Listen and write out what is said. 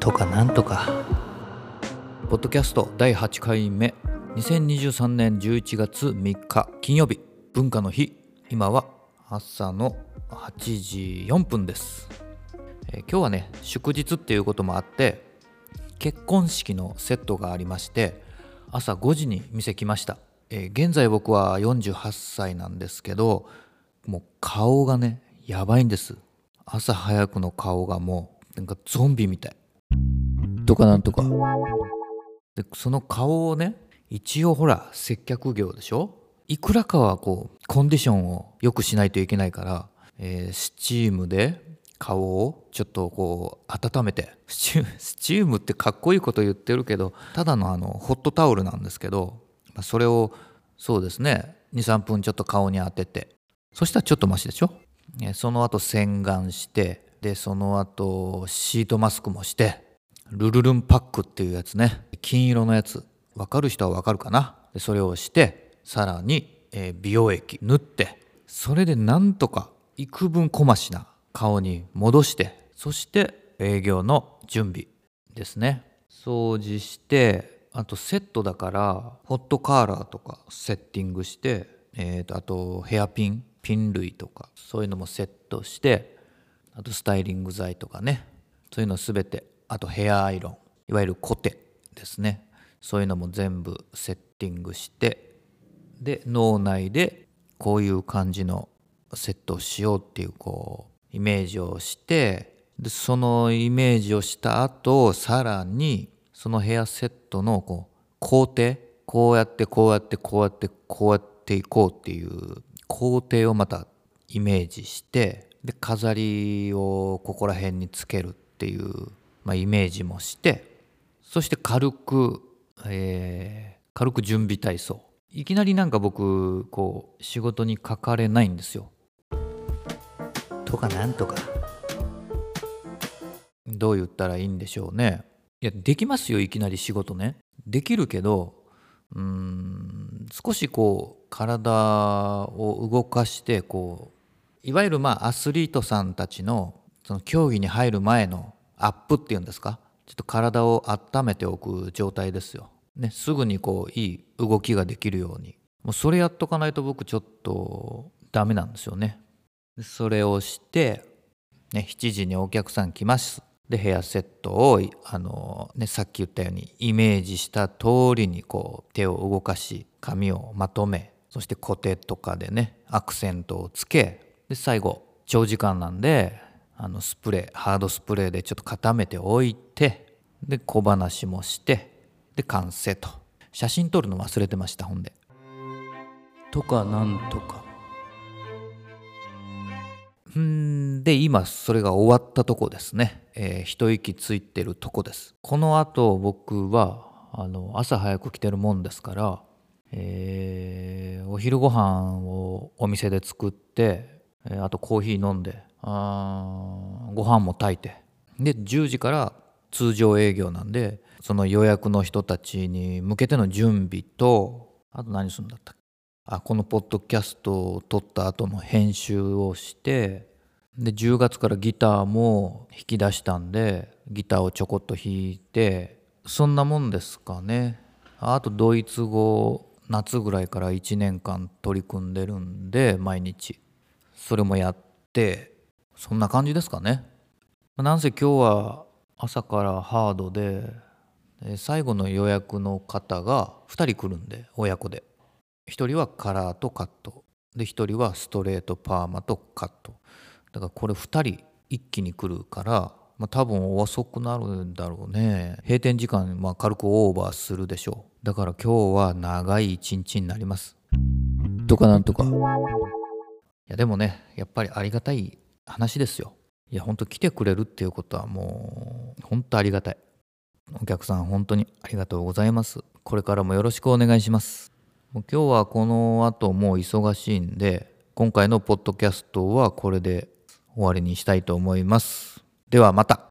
とかなんとかポッドキャスト第8回目、2023年11月3日金曜日、文化の日。今は朝の8時4分です。今日はね、祝日っていうこともあって結婚式のセットがありまして、朝5時に店来ました。現在僕は48歳なんですけど、もう顔がねやばいんです。朝早くの顔がもうなんかゾンビみたいとかなんとかで、その顔をね、一応ほら接客業でしょ。いくらかはこうコンディションを良くしないといけないから、スチームで顔をちょっとこう温めて、スチームってかっこいいこと言ってるけど、ただのホットタオルなんですけど、それをそうですね 2,3 分ちょっと顔に当てて、そしたらちょっとマシでしょ。その後洗顔して、でその後シートマスクもして、ルルルンパックっていうやつね、金色のやつ、分かる人は分かるかな。でそれをして、さらに、美容液塗って、それでなんとか幾分小増しな顔に戻して、そして営業の準備ですね。掃除して、あとセットだからホットカーラーとかセッティングして、あとヘアピン類とかそういうのもセットして、あとスタイリング剤とかね、そういうのすべて、あとヘアアイロン、いわゆるコテですね、そういうのも全部セッティングして、で脳内でこういう感じのセットをしようっていうこうイメージをして、でそのイメージをした後、さらにそのヘアセットのこう工程、こうやってこうやってこうやってこうやっていこうっていう工程をまたイメージして、で飾りをここら辺につけるっていう、イメージもして、そして軽く準備体操。いきなりなんか僕こう仕事にかかれないんですよ。とかなんとかどう言ったらいいんでしょうね。いや、できますよ、いきなり仕事ね。できるけど、少しこう体を動かして、こういわゆるアスリートさんたちのその競技に入る前のアップっていうんですか、ちょっと体を温めておく状態ですよ、ね、すぐにこういい動きができるように。もうそれやっとかないと僕ちょっとダメなんですよね。それをして、7時にお客さん来ます。でヘアセットをさっき言ったようにイメージした通りにこう手を動かし、髪をまとめ、そしてコテとかでねアクセントをつけ、で最後長時間なんでスプレー、ハードスプレーでちょっと固めておいて、で小話もして、で完成と。写真撮るの忘れてました。ほんでとかなんとかで今それが終わったとこですね。一息ついてるとこです。この後僕は朝早く来てるもんですから、お昼ご飯をお店で作って、あとコーヒー飲んで、ご飯も炊いて、で10時から通常営業なんで、その予約の人たちに向けての準備と、あと何するんだったっけ、このポッドキャストを撮った後の編集をして、で10月からギターも弾き出したんでギターをちょこっと弾いて、そんなもんですかね。あとドイツ語夏ぐらいから1年間取り組んでるんで、毎日それもやって、そんな感じですかね。なんせ今日は朝からハードで、最後の予約の方が2人来るんで、親子で1人はカラーとカットで、1人はストレートパーマとカットだから、これ2人一気に来るから、多分遅くなるんだろうね。閉店時間軽くオーバーするでしょう。だから今日は長い一日になります。とかなんとか。いやでもね、やっぱりありがたい話ですよ。いや本当来てくれるっていうことはもう本当ありがたい。お客さん本当にありがとうございます。これからもよろしくお願いします。今日はこの後もう忙しいんで、今回のポッドキャストはこれで終わりにしたいと思います。ではまた。